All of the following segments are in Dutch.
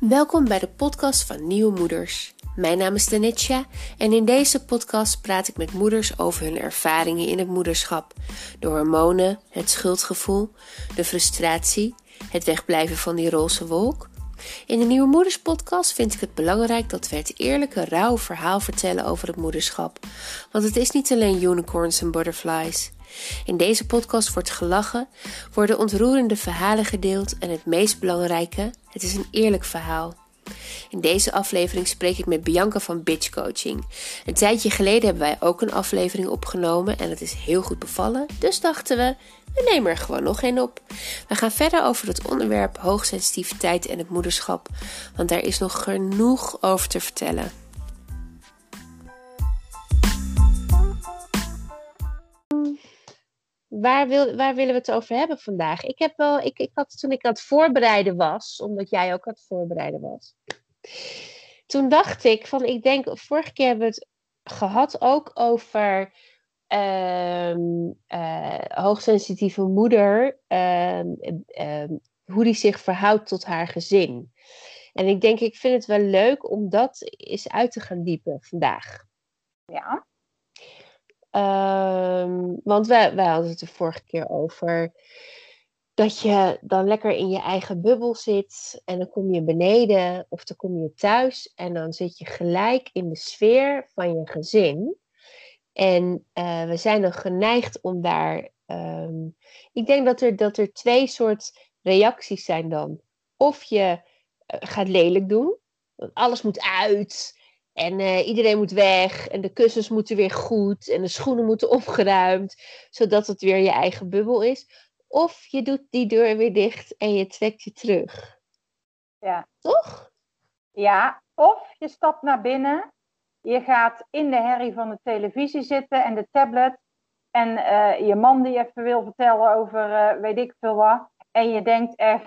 Welkom bij de podcast van Nieuwe Moeders. Mijn naam is Danitja en in deze podcast praat ik met moeders over hun ervaringen in het moederschap. De hormonen, het schuldgevoel, de frustratie, het wegblijven van die roze wolk. In de Nieuwe Moeders podcast vind ik het belangrijk dat we het eerlijke, rauwe verhaal vertellen over het moederschap. Want het is niet alleen unicorns en butterflies. In deze podcast wordt gelachen, worden ontroerende verhalen gedeeld en het meest belangrijke, het is een eerlijk verhaal. In deze aflevering spreek ik met Bianca van Bitch Coaching. Een tijdje geleden hebben wij ook een aflevering opgenomen en het is heel goed bevallen, dus dachten we nemen er gewoon nog een op. We gaan verder over het onderwerp hoogsensitiviteit en het moederschap, want daar is nog genoeg over te vertellen. Waar willen we het over hebben vandaag? Ik had toen ik aan het voorbereiden was, omdat jij ook aan het voorbereiden was. Toen dacht ik vorige keer hebben we het gehad ook over hoogsensitieve moeder, hoe die zich verhoudt tot haar gezin. En ik vind het wel leuk om dat eens uit te gaan diepen vandaag. Ja. Want wij hadden het de vorige keer over dat je dan lekker in je eigen bubbel zit en dan kom je beneden of dan kom je thuis en dan zit je gelijk in de sfeer van je gezin. En we zijn dan geneigd om daar, ik denk dat er twee soort reacties zijn dan. Of je gaat lelijk doen, want alles moet uit. En iedereen moet weg. En de kussens moeten weer goed. En de schoenen moeten opgeruimd. Zodat het weer je eigen bubbel is. Of je doet die deur weer dicht en je trekt je terug. Ja. Toch? Ja, of je stapt naar binnen. Je gaat in de herrie van de televisie zitten en de tablet. En je man die even wil vertellen over weet ik veel wat. En je denkt echt...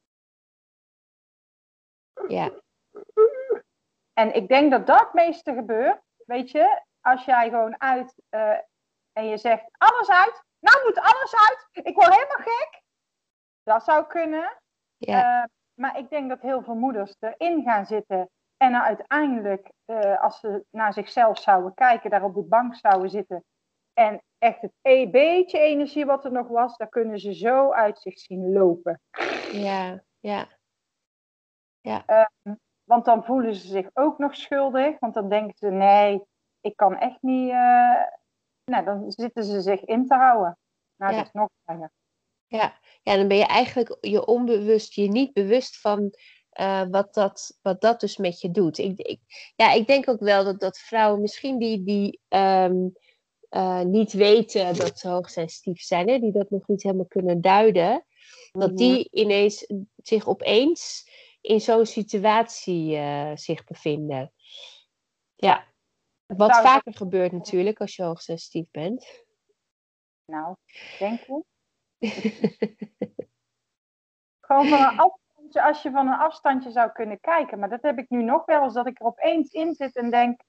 Ja. En ik denk dat dat het meeste gebeurt, weet je, als jij gewoon uit en je zegt, alles uit, nou moet alles uit, ik word helemaal gek. Dat zou kunnen. Ja. Maar ik denk dat heel veel moeders erin gaan zitten en er uiteindelijk, als ze naar zichzelf zouden kijken, daar op de bank zouden zitten en echt het beetje energie wat er nog was, daar kunnen ze zo uit zich zien lopen. Ja, ja. Ja. Want dan voelen ze zich ook nog schuldig. Want dan denken ze, nee, ik kan echt niet... dan zitten ze zich in te houden. Nou, Ja. dat is nog erger. Ja, dan ben je eigenlijk je onbewust, je niet bewust van wat dat dus met je doet. Ik denk ook wel dat vrouwen misschien die niet weten dat ze hoogsensitief zijn, hè, die dat nog niet helemaal kunnen duiden, dat die ineens zich opeens in zo'n situatie zich bevinden. Ja, wat vaker gebeurt natuurlijk als je hoogsensitief bent. Nou, denk je? Gewoon van een afstandje, als je van een afstandje zou kunnen kijken. Maar dat heb ik nu nog wel eens, dat ik er opeens in zit en denk...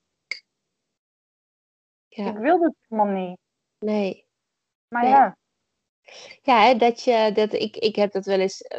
Ja. Ik wil dit helemaal niet. Nee. Maar nee. ja. Ja, ik heb dat wel eens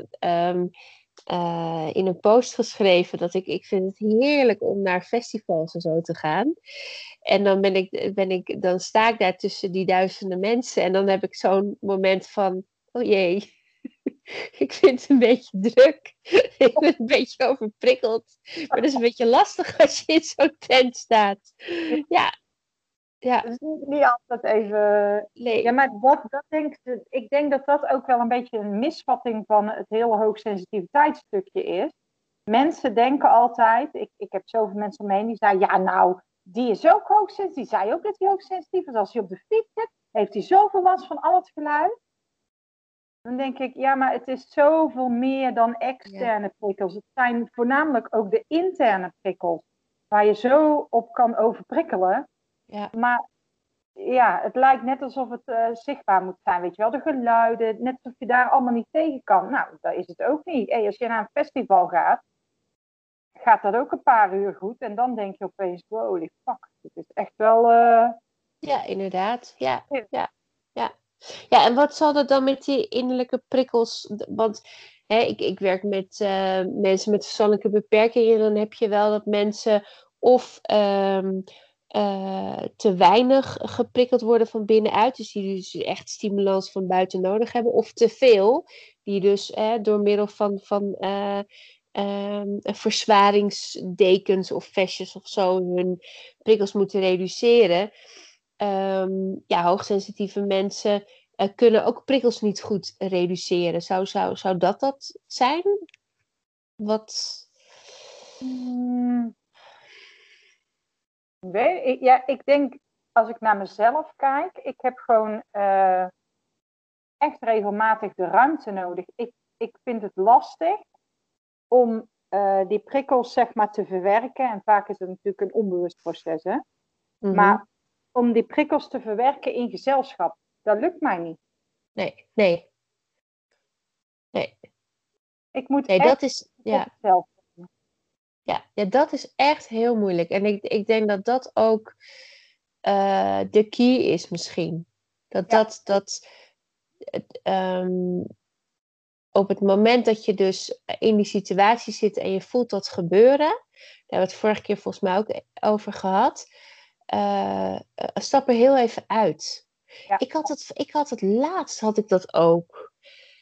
in een post geschreven. Dat ik vind het heerlijk om naar festivals en zo te gaan. En dan sta ik daar tussen die duizenden mensen. En dan heb ik zo'n moment van, oh jee, ik vind het een beetje druk. Ik ben een beetje overprikkeld. Maar het is een beetje lastig als je in zo'n tent staat. Ja. Ja. Dus niet altijd even... Nee. Ja, maar ik denk dat dat ook wel een beetje een misvatting van het hele hoogsensitiviteitsstukje is. Mensen denken altijd... Ik heb zoveel mensen omheen die zeiden... Ja, nou, die is ook hoogsensitief. Die zei ook dat hij hoogsensitief is. Als hij op de fiets zit, heeft hij zoveel last van al het geluid. Dan denk ik, ja, maar het is zoveel meer dan externe prikkels. Het zijn voornamelijk ook de interne prikkels. Waar je zo op kan overprikkelen. Ja. Maar ja, het lijkt net alsof het zichtbaar moet zijn, weet je wel. De geluiden, net alsof je daar allemaal niet tegen kan. Nou, dat is het ook niet. Als je naar een festival gaat dat ook een paar uur goed. En dan denk je opeens, holy fuck, dit is echt wel... Ja, inderdaad. Ja, en wat zal dat dan met die innerlijke prikkels... Want ik werk met mensen met verstandelijke beperkingen. Dan heb je wel dat mensen of te weinig geprikkeld worden van binnenuit. Dus die dus echt stimulans van buiten nodig hebben. Of te veel. Die dus door middel van verzwaringsdekens of vestjes of zo hun prikkels moeten reduceren. Hoogsensitieve mensen kunnen ook prikkels niet goed reduceren. Zou dat zijn? Wat? Ik denk, als ik naar mezelf kijk, ik heb gewoon echt regelmatig de ruimte nodig. Ik vind het lastig om die prikkels zeg maar te verwerken. En vaak is het natuurlijk een onbewust proces, hè. Mm-hmm. Maar om die prikkels te verwerken in gezelschap, dat lukt mij niet. Nee. Ik moet dat is, zelf. Ja, dat is echt heel moeilijk. En ik denk dat dat ook de key is misschien. Op het moment dat je dus in die situatie zit en je voelt dat gebeuren, daar hebben we het vorige keer volgens mij ook over gehad, stap er heel even uit. Ja. Ik had het laatst had ik dat ook.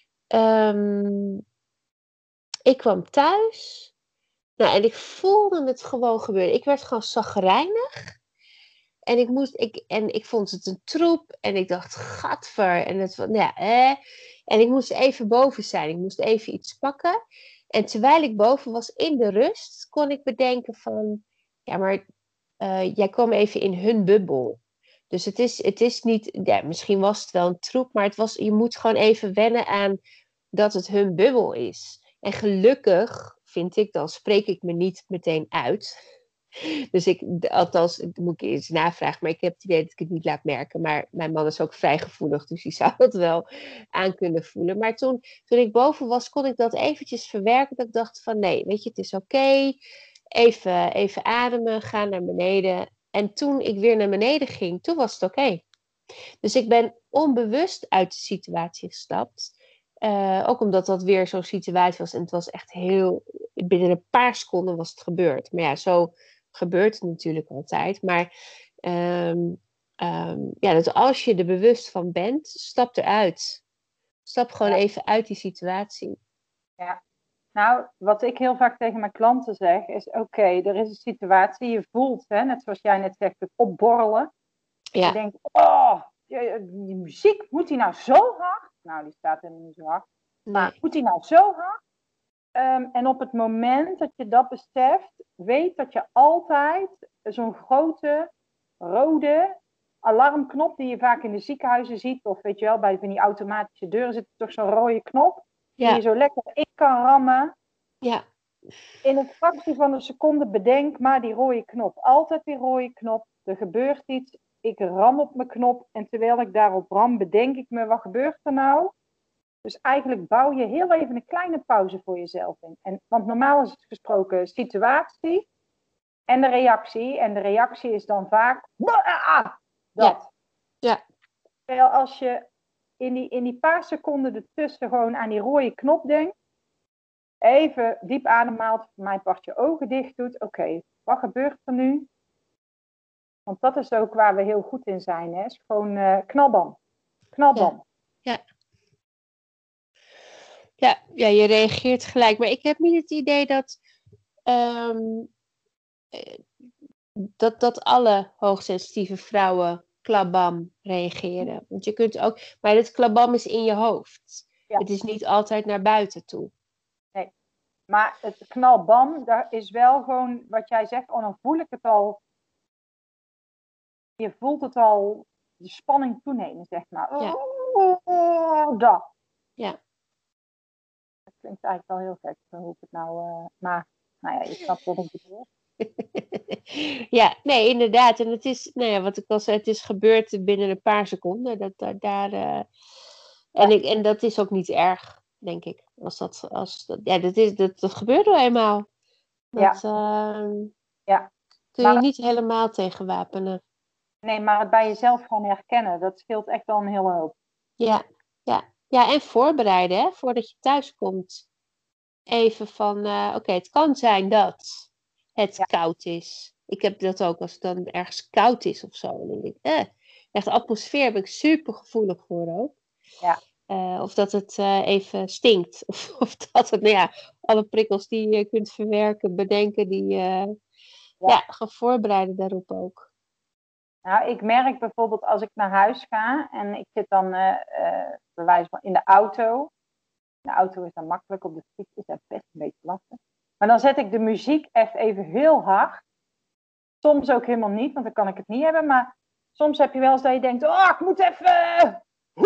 Ik kwam thuis. Nou, en ik voelde het gewoon gebeuren. Ik werd gewoon chagrijnig. En ik vond het een troep. En ik dacht, gadver. En ik moest even boven zijn. Ik moest even iets pakken. En terwijl ik boven was in de rust, kon ik bedenken van, ja, maar jij kwam even in hun bubbel. Dus het is niet, ja, misschien was het wel een troep, maar je moet gewoon even wennen aan dat het hun bubbel is. En gelukkig, vind ik, dan spreek ik me niet meteen uit. Dus althans, moet ik eens navragen, maar ik heb het idee dat ik het niet laat merken. Maar mijn man is ook vrij gevoelig, dus die zou dat wel aan kunnen voelen. Maar toen ik boven was, kon ik dat eventjes verwerken. Dat ik dacht van, nee, weet je, het is oké. Even ademen, ga naar beneden. En toen ik weer naar beneden ging, toen was het oké. Dus ik ben onbewust uit de situatie gestapt. Ook omdat dat weer zo'n situatie was. En het was echt binnen een paar seconden was het gebeurd. Maar ja, zo gebeurt het natuurlijk altijd. Maar dat als je er bewust van bent, stap eruit. Stap gewoon even uit die situatie. Ja. Nou, wat ik heel vaak tegen mijn klanten zeg, is oké, er is een situatie, je voelt, hè, net zoals jij net zegt, het opborrelen. Ja. Je denkt, die muziek, moet die nou zo hard? Nou, die staat helemaal niet zo hard. Nee. Maar moet die nou zo hard? En op het moment dat je dat beseft, weet dat je altijd zo'n grote rode alarmknop die je vaak in de ziekenhuizen ziet, of weet je wel, bij van die automatische deuren zit er toch zo'n rode knop, die je zo lekker in kan rammen. Ja. In een fractie van een seconde bedenk maar die rode knop. Altijd die rode knop. Er gebeurt iets. Ik ram op mijn knop. En terwijl ik daarop ram, bedenk ik me, wat gebeurt er nou? Dus eigenlijk bouw je heel even een kleine pauze voor jezelf in. Want normaal is het gesproken situatie en de reactie. En de reactie is dan vaak dat. Ja. Terwijl als je in die paar seconden ertussen gewoon aan die rode knop denkt, even diep ademhaalt, voor mijn part je ogen dicht doet. Oké, wat gebeurt er nu? Want dat is ook waar we heel goed in zijn. Hè? Is gewoon knalbam. Knalbam. Ja, je reageert gelijk. Maar ik heb niet het idee dat alle hoogsensitieve vrouwen klabam reageren. Want je kunt ook... Maar het klabam is in je hoofd. Ja. Het is niet altijd naar buiten toe. Nee. Maar het knalbam, daar is wel gewoon wat jij zegt. Oh, dan voel ik het al. Je voelt het al, de spanning toenemen, zeg maar. Ja. Dat. Ja. Dat klinkt eigenlijk wel heel gek. Hoe ik het nou... maar, nou ja, je snapt wat ik bedoel. Ja, nee, inderdaad. En het is, nou ja, wat ik al zei, het is gebeurd binnen een paar seconden. En dat is ook niet erg, denk ik. Dat gebeurt wel eenmaal. Dat kun je niet helemaal tegenwapenen. Nee, maar het bij jezelf gaan herkennen, dat scheelt echt wel een hele hoop. Ja, en voorbereiden, hè, voordat je thuis komt. even van, oké, het kan zijn dat het Ja. koud is. Ik heb dat ook als het dan ergens koud is of zo. Dan denk ik, echt atmosfeer ben ik super gevoelig voor ook. Ja. Of dat het even stinkt. Of dat het, nou ja, alle prikkels die je kunt verwerken, bedenken, die gaan voorbereiden daarop ook. Nou, ik merk bijvoorbeeld als ik naar huis ga en ik zit dan bij wijze van in de auto. De auto is dan makkelijk, op de fiets is dat best een beetje lastig. Maar dan zet ik de muziek echt even heel hard. Soms ook helemaal niet, want dan kan ik het niet hebben. Maar soms heb je wel eens dat je denkt, oh, ik moet even...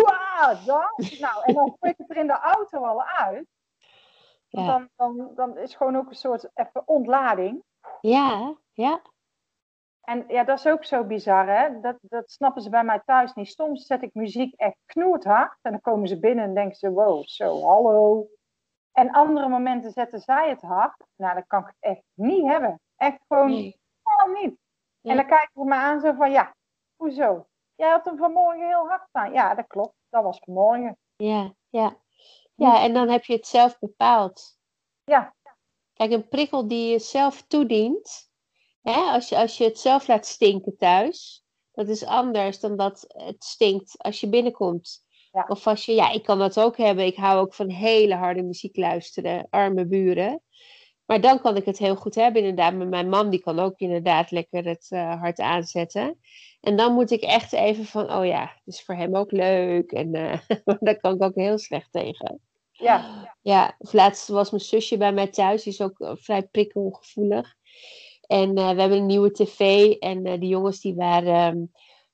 Nou, en dan gooi ik het er in de auto al uit. Ja. Dan is gewoon ook een soort even ontlading. Ja, ja. En ja, dat is ook zo bizar, hè? Dat snappen ze bij mij thuis niet. Soms zet ik muziek echt knoerhard en dan komen ze binnen en denken ze, wow, zo, hallo. En andere momenten zetten zij het hard. Nou, dat kan ik echt niet hebben. Echt gewoon helemaal niet. Nee. En dan kijken ze me aan zo van, ja, hoezo? Jij had hem vanmorgen heel hard staan. Ja, dat klopt. Dat was vanmorgen. Ja, ja. Ja, en dan heb je het zelf bepaald. Ja. Kijk, een prikkel die je zelf toedient, hè, als je het zelf laat stinken thuis, dat is anders dan dat het stinkt als je binnenkomt. Ja. Of als je, ja, ik kan dat ook hebben. Ik hou ook van hele harde muziek luisteren, arme buren. Maar dan kan ik het heel goed hebben, inderdaad. Maar mijn man, die kan ook inderdaad lekker het hard aanzetten. En dan moet ik echt even van, oh ja, het is voor hem ook leuk. En daar kan ik ook heel slecht tegen. Ja, of laatst was mijn zusje bij mij thuis. Die is ook vrij prikkelgevoelig. En we hebben een nieuwe tv. En die jongens die waren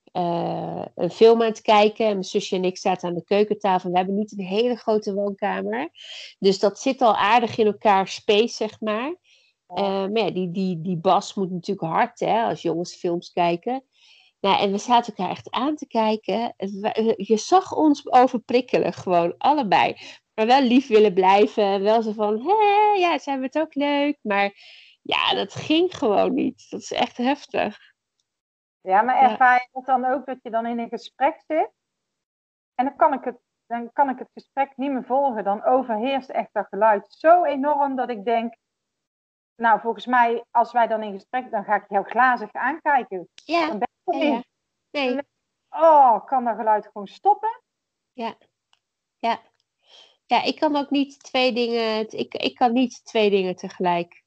een film aan het kijken. En mijn zusje en ik zaten aan de keukentafel. We hebben niet een hele grote woonkamer. Dus dat zit al aardig in elkaar space, zeg maar. Maar ja, die bas moet natuurlijk hard, hè, als jongens films kijken. Nou, en we zaten elkaar echt aan te kijken. Je zag ons overprikkelen, gewoon, allebei. Maar wel lief willen blijven. Wel zo van, hé, ja, zijn we het ook leuk? Maar ja, dat ging gewoon niet. Dat is echt heftig. Ja, maar ervaar je dat dan ook dat je dan in een gesprek zit? En dan kan ik het gesprek niet meer volgen. Dan overheerst echt dat geluid zo enorm dat ik denk... Nou, volgens mij, als wij dan in gesprek... Dan ga ik jou glazig aankijken. Ja, Dan ben ik er niet. Nee. Oh, kan dat geluid gewoon stoppen? Ja. Ja, ik kan ook niet twee dingen... Ik kan niet twee dingen tegelijk.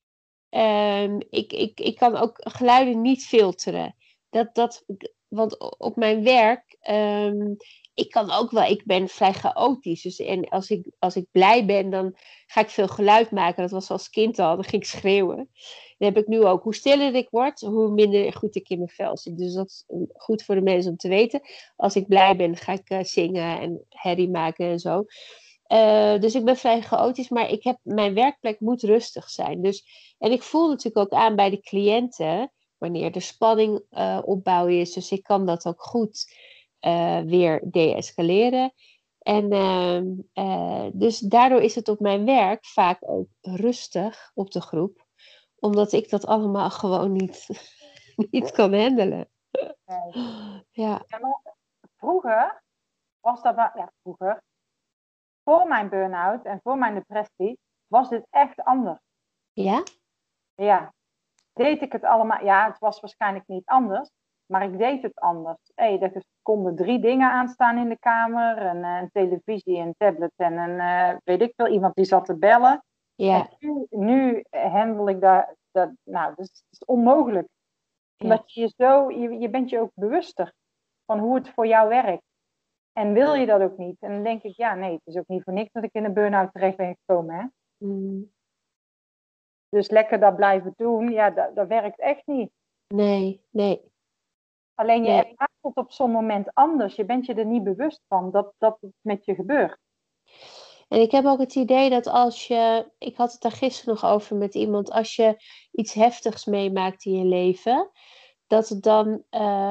Ik kan ook geluiden niet filteren. Want op mijn werk, ik kan ook wel, ik ben vrij chaotisch. Dus en als ik blij ben, dan ga ik veel geluid maken. Dat was als kind al, dan ging ik schreeuwen. Dat heb ik nu ook. Hoe stiller ik word, hoe minder goed ik in mijn vel zit. Dus dat is goed voor de mensen om te weten. Als ik blij ben, ga ik zingen en herrie maken en zo. Dus ik ben vrij chaotisch, maar mijn werkplek moet rustig zijn. En ik voel natuurlijk ook aan bij de cliënten wanneer er spanning opbouw is. Dus ik kan dat ook goed weer deescaleren. En dus daardoor is het op mijn werk vaak ook rustig op de groep. Omdat ik dat allemaal gewoon niet kan handelen. Ja. Vroeger was dat... Ja, vroeger. Voor mijn burn-out en voor mijn depressie was dit echt anders. Ja? Ja. Deed ik het allemaal... Ja, het was waarschijnlijk niet anders. Maar ik deed het anders. Er konden 3 dingen aanstaan in de kamer. Een televisie, een tablet en een... weet ik veel, iemand die zat te bellen. Ja. En nu handel ik dat... Nou, dat is onmogelijk. Omdat je bent je ook bewuster van hoe het voor jou werkt. En wil je dat ook niet? En dan denk ik, ja, nee, het is ook niet voor niks dat ik in een burn-out terecht ben gekomen. Hè? Dus lekker dat blijven doen, ja, dat werkt echt niet. Nee. Alleen je ervaart het op zo'n moment anders. Je bent je er niet bewust van dat het met je gebeurt. En ik heb ook het idee dat ik had het daar gisteren nog over met iemand, als je iets heftigs meemaakt in je leven, dat het dan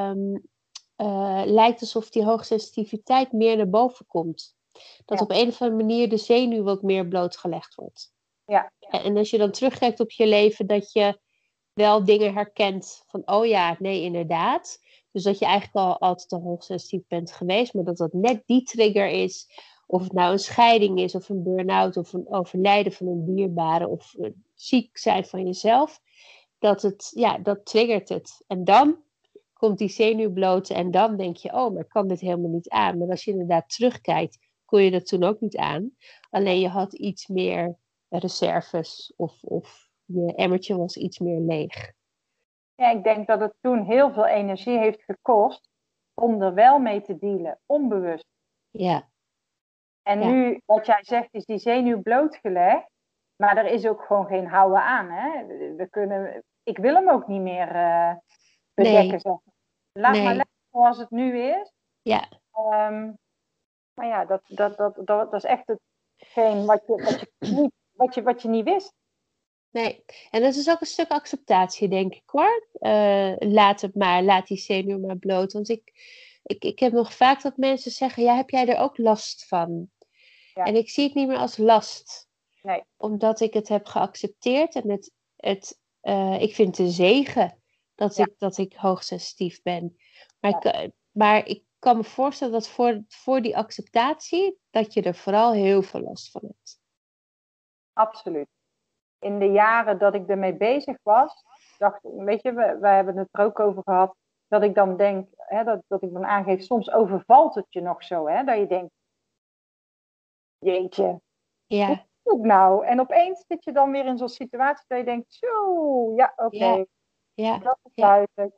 lijkt alsof die hoogsensitiviteit meer naar boven komt. Dat op een of andere manier de zenuw ook meer blootgelegd wordt. Ja. En als je dan terugkijkt op je leven, dat je wel dingen herkent van, oh ja, nee, inderdaad. Dus dat je eigenlijk al altijd al hoogsensitief bent geweest, maar dat net die trigger is Of het nou een scheiding is, of een burn-out, of een overlijden van een dierbare, of ziek zijn van jezelf. Dat triggert het. En dan komt die zenuwblote en dan denk je, oh, maar ik kan dit helemaal niet aan. Maar als je inderdaad terugkijkt, kon je dat toen ook niet aan. Alleen je had iets meer reserves of je emmertje was iets meer leeg. Ja, ik denk dat het toen heel veel energie heeft gekost om er wel mee te dealen, onbewust. Ja. En nu, wat jij zegt, is die zenuw blootgelegd. Maar er is ook gewoon geen houden aan. Hè? Ik wil hem ook niet meer bedekken. Nee. Laat maar lekker zoals het nu is. Ja. Maar ja, dat is echt hetgeen wat je niet wist. Nee, en dat is ook een stuk acceptatie, denk ik hoor. Laat het maar, laat die zenuw maar bloot. Want ik heb nog vaak dat mensen zeggen, ja, heb jij er ook last van? Ja. En ik zie het niet meer als last. Nee. Omdat ik het heb geaccepteerd en ik vind het een zegen dat ik hoogsensitief ben. Maar ik kan me voorstellen dat voor die acceptatie, dat je er vooral heel veel last van hebt. Absoluut. In de jaren dat ik ermee bezig was, dacht ik, weet je, we hebben het er ook over gehad, dat ik dan denk, hè, dat ik dan aangeef, soms overvalt het je nog zo, hè, dat je denkt, jeetje, ja. Hoe is het nou? En opeens zit je dan weer in zo'n situatie dat je denkt, zo, ja, oké, dat is duidelijk.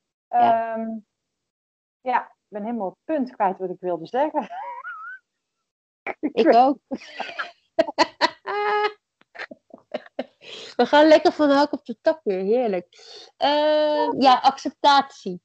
Ik ben helemaal het punt kwijt wat ik wilde zeggen. Ik ook. We gaan lekker van de hak op de tak weer, heerlijk. Acceptatie.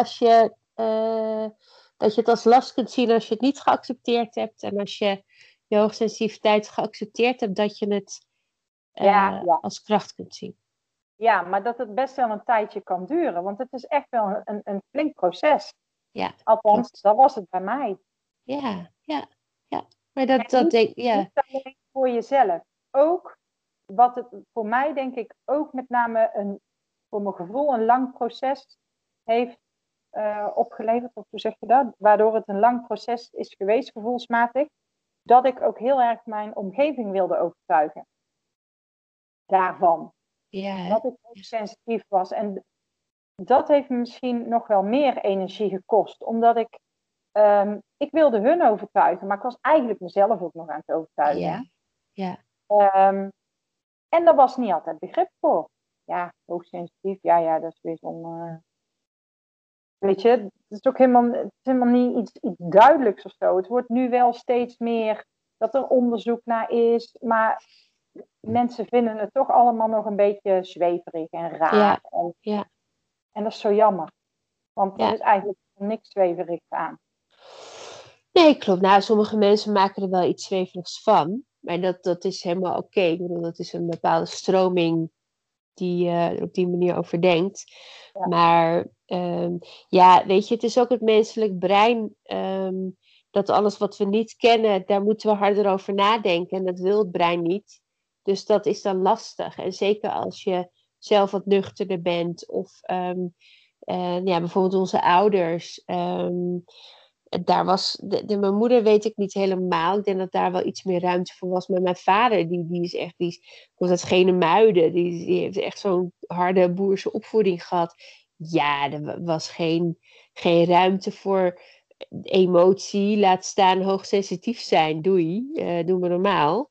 Dat je het als last kunt zien als je het niet geaccepteerd hebt. En als je je hoogsensitiviteit geaccepteerd hebt, dat je het als kracht kunt zien. Ja, maar dat het best wel een tijdje kan duren. Want het is echt wel een flink proces. Ja, althans, dat was het bij mij. Ja. Maar niet alleen voor jezelf. Ook wat het voor mij denk ik ook met name voor mijn gevoel een lang proces heeft opgeleverd. Of hoe zeg je dat? Waardoor het een lang proces is geweest gevoelsmatig. Dat ik ook heel erg mijn omgeving wilde overtuigen. Daarvan. Dat ik ook sensitief was. En dat heeft me misschien nog wel meer energie gekost. Omdat ik wilde hun overtuigen. Maar ik was eigenlijk mezelf ook nog aan het overtuigen. En daar was niet altijd begrip voor. Ja, hoogsensitief. Ja, dat is weer zo'n... weet je, het is ook helemaal niet iets duidelijks of zo. Het wordt nu wel steeds meer dat er onderzoek naar is. Maar mensen vinden het toch allemaal nog een beetje zweverig en raar. En dat is zo jammer. Want er is eigenlijk niks zweverigs aan. Nee, klopt. Nou, sommige mensen maken er wel iets zweverigs van. Maar dat is helemaal oké. Ik bedoel, dat is een bepaalde stroming die op die manier over denkt. Ja. Maar weet je, het is ook het menselijk brein. Dat alles wat we niet kennen, daar moeten we harder over nadenken. En dat wil het brein niet. Dus dat is dan lastig. En zeker als je zelf wat nuchterder bent. Of bijvoorbeeld onze ouders. Daar was mijn moeder weet ik niet helemaal. Ik denk dat daar wel iets meer ruimte voor was. Maar mijn vader, die komt uit Genemuiden. Die heeft echt zo'n harde boerse opvoeding gehad. Ja, er was geen ruimte voor emotie. Laat staan hoogsensitief zijn. Doei, doe maar normaal.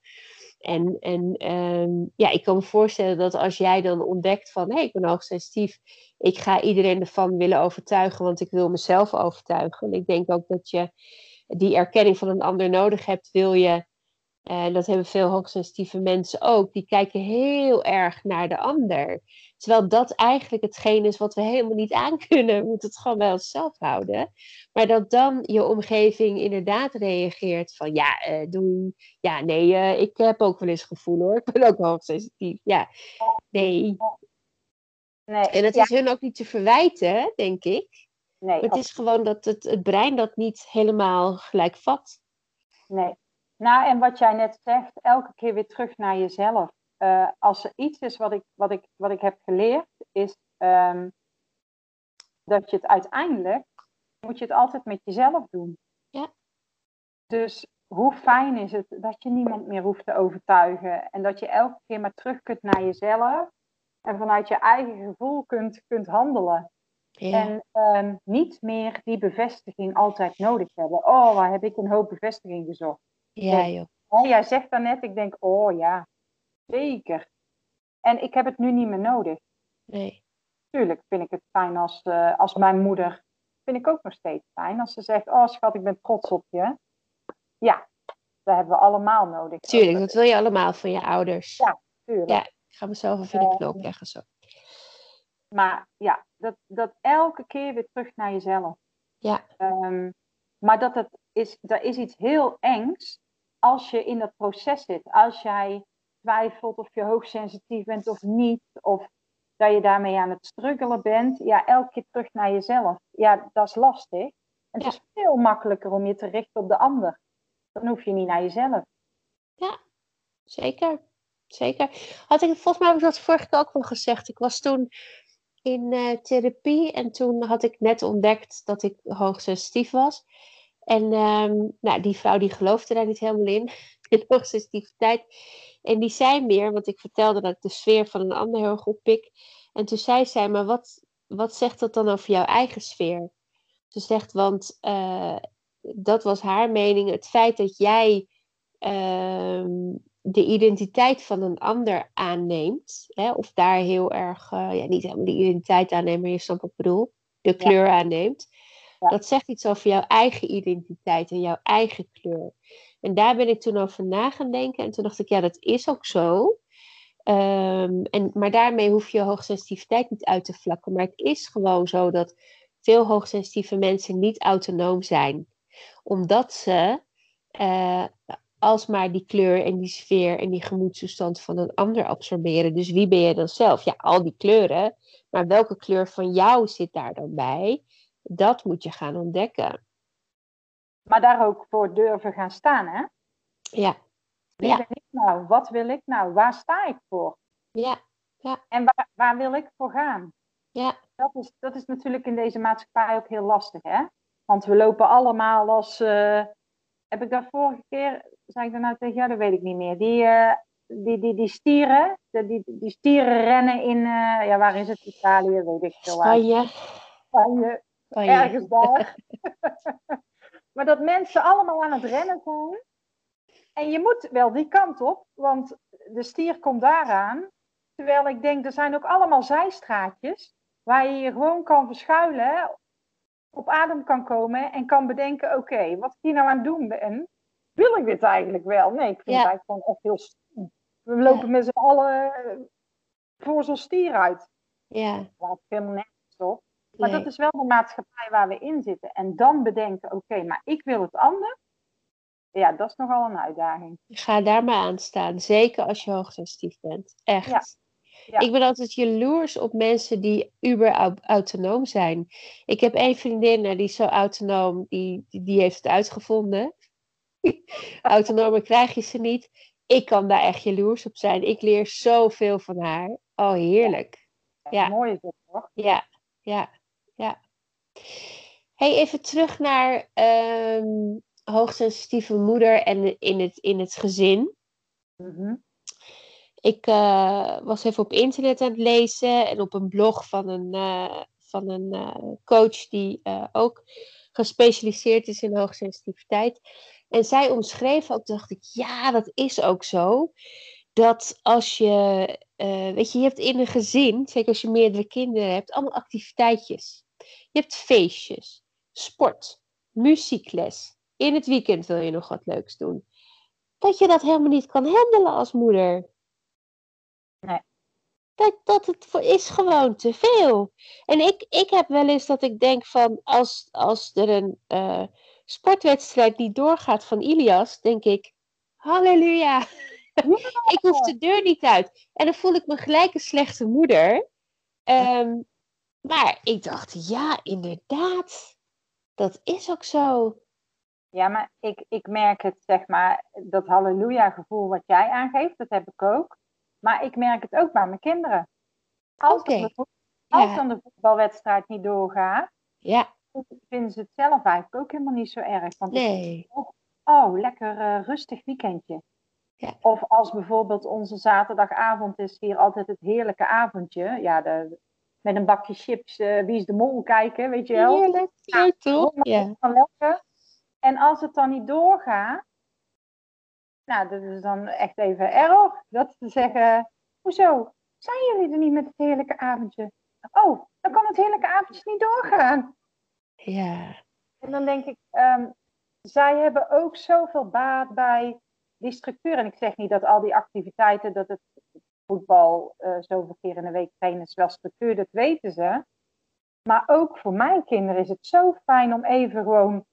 En ik kan me voorstellen dat als jij dan ontdekt van... ik ben hoogsensitief. Ik ga iedereen ervan willen overtuigen, want ik wil mezelf overtuigen. En ik denk ook dat je die erkenning van een ander nodig hebt, wil je... En dat hebben veel hoogsensitieve mensen ook. Die kijken heel erg naar de ander. Terwijl dat eigenlijk hetgeen is wat we helemaal niet aankunnen. We moeten het gewoon bij onszelf houden. Maar dat dan je omgeving inderdaad reageert van... doei. Ja, nee, ik heb ook wel eens gevoel hoor. Ik ben ook hoogsensitief. Ja, nee. En het is hun ook niet te verwijten, denk ik. Nee, maar het is gewoon dat het brein dat niet helemaal gelijk vat. Nee. Nou, en wat jij net zegt, elke keer weer terug naar jezelf. Als er iets is wat ik heb geleerd, is dat je het uiteindelijk, moet je het altijd met jezelf doen. Ja. Dus hoe fijn is het dat je niemand meer hoeft te overtuigen. En dat je elke keer maar terug kunt naar jezelf. En vanuit je eigen gevoel kunt handelen. Ja. En niet meer die bevestiging altijd nodig hebben. Oh, waar heb ik een hoop bevestiging gezocht. Ja, joh. Jij zegt daarnet, ik denk, oh ja, zeker. En ik heb het nu niet meer nodig. Nee. Tuurlijk vind ik het fijn als mijn moeder, vind ik ook nog steeds fijn. Als ze zegt, oh schat, ik ben trots op je. Ja, dat hebben we allemaal nodig. Tuurlijk, dat wil je allemaal van je ouders. Ja, tuurlijk. Ja, ik ga mezelf even in de knoop leggen zo. Maar ja, dat elke keer weer terug naar jezelf. Ja. Maar dat is iets heel engs als je in dat proces zit. Als jij twijfelt of je hoogsensitief bent of niet. Of dat je daarmee aan het struggelen bent. Ja, elke keer terug naar jezelf. Ja, dat is lastig. En het is veel makkelijker om je te richten op de ander. Dan hoef je niet naar jezelf. Ja, zeker. Zeker. Volgens mij heb ik dat vorige keer ook wel gezegd. Ik was toen in therapie en toen had ik net ontdekt dat ik hoogsensitief was. En nou, die vrouw die geloofde daar niet helemaal in hoogsensitiviteit. En die zei meer, want ik vertelde dat ik de sfeer van een ander heel goed pik. En toen zei zij, maar wat zegt dat dan over jouw eigen sfeer? Ze zegt, want dat was haar mening, het feit dat jij de identiteit van een ander aanneemt, hè, of daar heel erg, niet helemaal de identiteit aanneemt, maar je snapt wat ik bedoel, de kleur aanneemt, dat zegt iets over jouw eigen identiteit en jouw eigen kleur. En daar ben ik toen over na gaan denken en toen dacht ik, ja, dat is ook zo. Maar daarmee hoef je hoogsensitiviteit niet uit te vlakken. Maar het is gewoon zo dat veel hoogsensitieve mensen niet autonoom zijn. Omdat ze alsmaar die kleur en die sfeer en die gemoedstoestand van een ander absorberen. Dus wie ben je dan zelf? Ja, al die kleuren. Maar welke kleur van jou zit daar dan bij? Dat moet je gaan ontdekken. Maar daar ook voor durven gaan staan, hè? Ja. Wie ben ik nou? Wat wil ik nou? Waar sta ik voor? Ja. En waar wil ik voor gaan? Ja. Dat is natuurlijk in deze maatschappij ook heel lastig, hè? Want we lopen allemaal als... heb ik dat vorige keer... Zei ik dat nou tegen jou? Dat weet ik niet meer. Die stieren... Die stieren rennen in... ja, waar is het? Italië, weet ik veel. Spanje. Ergens daar. Maar dat mensen allemaal aan het rennen zijn. En je moet wel die kant op, want de stier komt daaraan. Terwijl ik denk, er zijn ook allemaal zijstraatjes waar je je gewoon kan verschuilen, op adem kan komen en kan bedenken, oké, wat ik hier nou aan het doen ben, wil ik dit eigenlijk wel? Nee, ik vind het eigenlijk gewoon echt heel stom. We lopen met z'n allen voor zo'n stier uit. Ja. Laat ik helemaal nergens op. Maar dat is wel de maatschappij waar we in zitten. En dan bedenken, oké, maar ik wil het anders. Ja, dat is nogal een uitdaging. Ga daar maar aan staan. Zeker als je hoogsensitief bent. Echt. Ja. Ik ben altijd jaloers op mensen die autonoom zijn. Ik heb één vriendin, die is zo autonoom, die heeft het uitgevonden. Autonomer krijg je ze niet. Ik kan daar echt jaloers op zijn. Ik leer zoveel van haar. Oh, heerlijk. Ja. Mooi is het, hoor. Ja. Hey, even terug naar hoogsensitieve moeder en in het gezin. Mm-hmm. Ik was even op internet aan het lezen en op een blog van een coach die ook gespecialiseerd is in hoogsensitiviteit. En zij omschreef ook, dacht ik, ja, dat is ook zo. Dat als je, weet je hebt in een gezin, zeker als je meerdere kinderen hebt, allemaal activiteitjes. Je hebt feestjes, sport, muziekles. In het weekend wil je nog wat leuks doen. Dat je dat helemaal niet kan handelen als moeder. Nee. Dat het is gewoon te veel. En ik heb wel eens dat ik denk van, als er een sportwedstrijd niet doorgaat van Ilias, denk ik, halleluja, ik hoef de deur niet uit. En dan voel ik me gelijk een slechte moeder. Maar ik dacht, ja, inderdaad, dat is ook zo. Ja, maar ik merk het, zeg maar, dat halleluja gevoel wat jij aangeeft, dat heb ik ook. Maar ik merk het ook bij mijn kinderen. Als dan de voetbalwedstrijd niet doorgaat, vinden ze het zelf eigenlijk ook helemaal niet zo erg. Want nee. oh, lekker rustig weekendje. Ja. Of als bijvoorbeeld onze zaterdagavond is hier altijd het heerlijke avondje. Ja, met een bakje chips, Wie is de Mol kijken, weet je wel. Heerlijk, leuk toch? Ja. Van lekker. En als het dan niet doorgaat, nou, dat is dan echt even erg. Dat ze zeggen, hoezo? Zijn jullie er niet met het heerlijke avondje? Oh, dan kan het heerlijke avondje niet doorgaan. Ja. En dan denk ik, zij hebben ook zoveel baat bij die structuur. En ik zeg niet dat al die activiteiten, dat het voetbal zoveel keer in de week trainen is wel structuur, dat weten ze. Maar ook voor mijn kinderen is het zo fijn om even gewoon,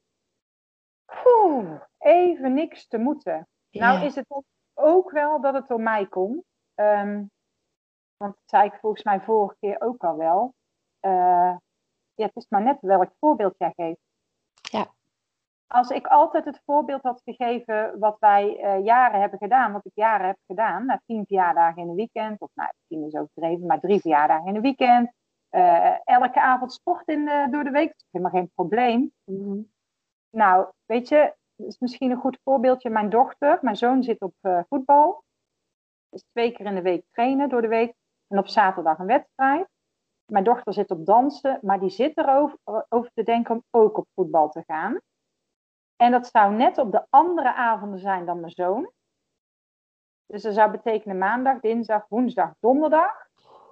even niks te moeten. Ja. Nou is het ook wel dat het door mij komt. Want dat zei ik volgens mij vorige keer ook al wel. Ja, het is maar net welk voorbeeld jij geeft. Ja. Als ik altijd het voorbeeld had gegeven wat wij jaren hebben gedaan, wat ik jaren heb gedaan, 10 verjaardagen in een weekend, of 10 is overdreven, maar 3 verjaardagen in een weekend, elke avond sport door de week, dat is helemaal geen probleem. Mm-hmm. Nou, weet je, dat is misschien een goed voorbeeldje. Mijn zoon zit op voetbal, dus 2 keer in de week trainen door de week, en op zaterdag een wedstrijd. Mijn dochter zit op dansen, maar die zit erover te denken om ook op voetbal te gaan. En dat zou net op de andere avonden zijn dan mijn zoon. Dus dat zou betekenen maandag, dinsdag, woensdag, donderdag.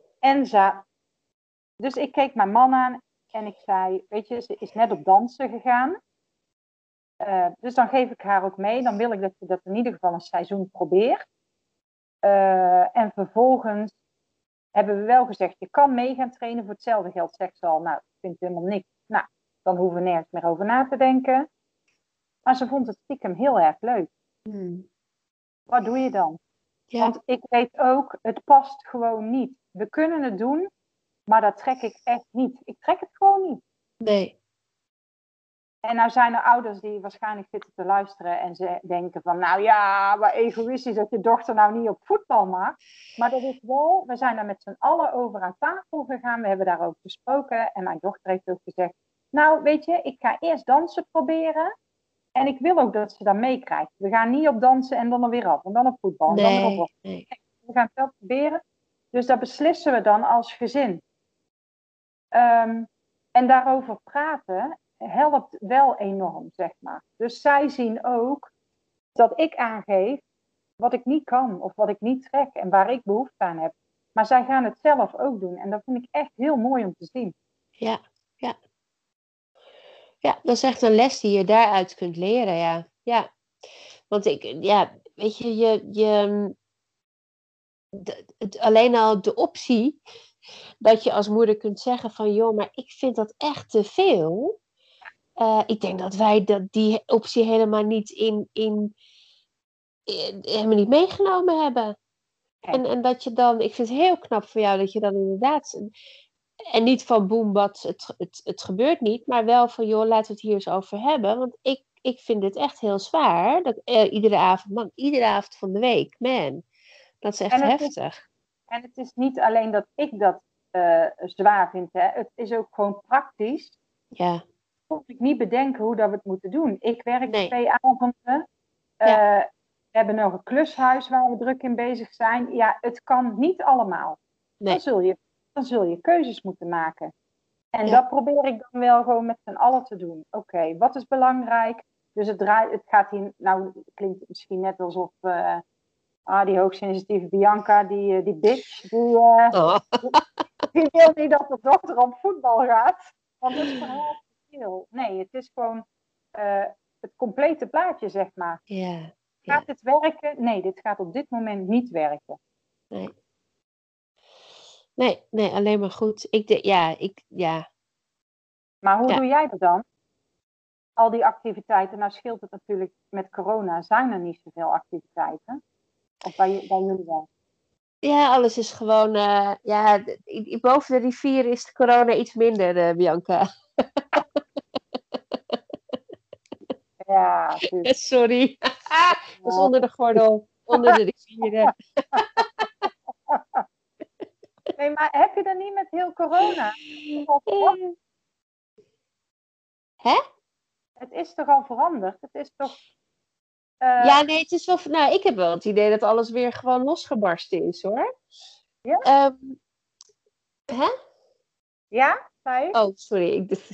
Dus ik keek mijn man aan en ik zei, weet je, ze is net op dansen gegaan. Dus dan geef ik haar ook mee. Dan wil ik dat je dat in ieder geval een seizoen probeert. En vervolgens hebben we wel gezegd, je kan mee gaan trainen. Voor hetzelfde geld zegt ze al, nou, ik vind helemaal niks. Nou, dan hoeven we nergens meer over na te denken. Maar ze vond het stiekem heel erg leuk. Wat doe je dan? Ja. Want ik weet ook, het past gewoon niet. We kunnen het doen, maar dat trek ik echt niet. Ik trek het gewoon niet. Nee. En nou zijn er ouders die waarschijnlijk zitten te luisteren en ze denken van, nou ja, maar egoïstisch dat je dochter nou niet op voetbal mag. Maar dat is wel, we zijn daar met z'n allen over aan tafel gegaan. We hebben daarover gesproken en mijn dochter heeft ook gezegd, nou weet je, ik ga eerst dansen proberen. En ik wil ook dat ze dat meekrijgt. We gaan niet op dansen en dan er weer af. En dan op voetbal. En dan weer op. Nee. We gaan het wel proberen. Dus dat beslissen we dan als gezin. En daarover praten helpt wel enorm, zeg maar. Dus zij zien ook dat ik aangeef wat ik niet kan. Of wat ik niet trek. En waar ik behoefte aan heb. Maar zij gaan het zelf ook doen. En dat vind ik echt heel mooi om te zien. Ja. Ja, dat is echt een les die je daaruit kunt leren, ja. Want weet je, alleen al de optie dat je als moeder kunt zeggen van, joh, maar ik vind dat echt te veel. Ik denk dat wij die optie helemaal niet helemaal niet meegenomen hebben. En dat je dan, ik vind het heel knap voor jou dat je dan inderdaad, en niet van boembat, het gebeurt niet, maar wel van, joh, laten we het hier eens over hebben. Want ik vind dit echt heel zwaar. Dat, iedere avond van de week, man. Dat is echt heftig. En het is niet alleen dat ik dat zwaar vind. Hè. Het is ook gewoon praktisch. Ja. Kon ik niet bedenken hoe dat we het moeten doen. Ik werk 2 avonden. We hebben nog een klushuis waar we druk in bezig zijn. Ja, het kan niet allemaal. Nee. Dan zul je keuzes moeten maken. En dat probeer ik dan wel gewoon met z'n allen te doen. Oké, wat is belangrijk? Dus het gaat hier, nou, het klinkt misschien net alsof die hoogsensitieve Bianca, die bitch, die wil niet dat de dochter op voetbal gaat. Want dat is vooral veel. Nee, het is gewoon het complete plaatje, zeg maar. Ja. Gaat dit werken? Nee, dit gaat op dit moment niet werken. Nee, alleen maar goed. Maar hoe doe jij dat dan? Al die activiteiten, nou scheelt het natuurlijk met corona, zijn er niet zoveel activiteiten. Of bij jullie wel? Ja, alles is gewoon, boven de rivier is de corona iets minder, Bianca. Ja, sorry. Dat is onder de gordel, onder de rivieren. Nee, maar heb je dat niet met heel corona? Hè? Het is toch al veranderd? Het is toch Ja, nee, het is wel... Nou, ik heb wel het idee dat alles weer gewoon losgebarsten is, hoor. Ja? Hè? Ja, zei je? Oh, sorry.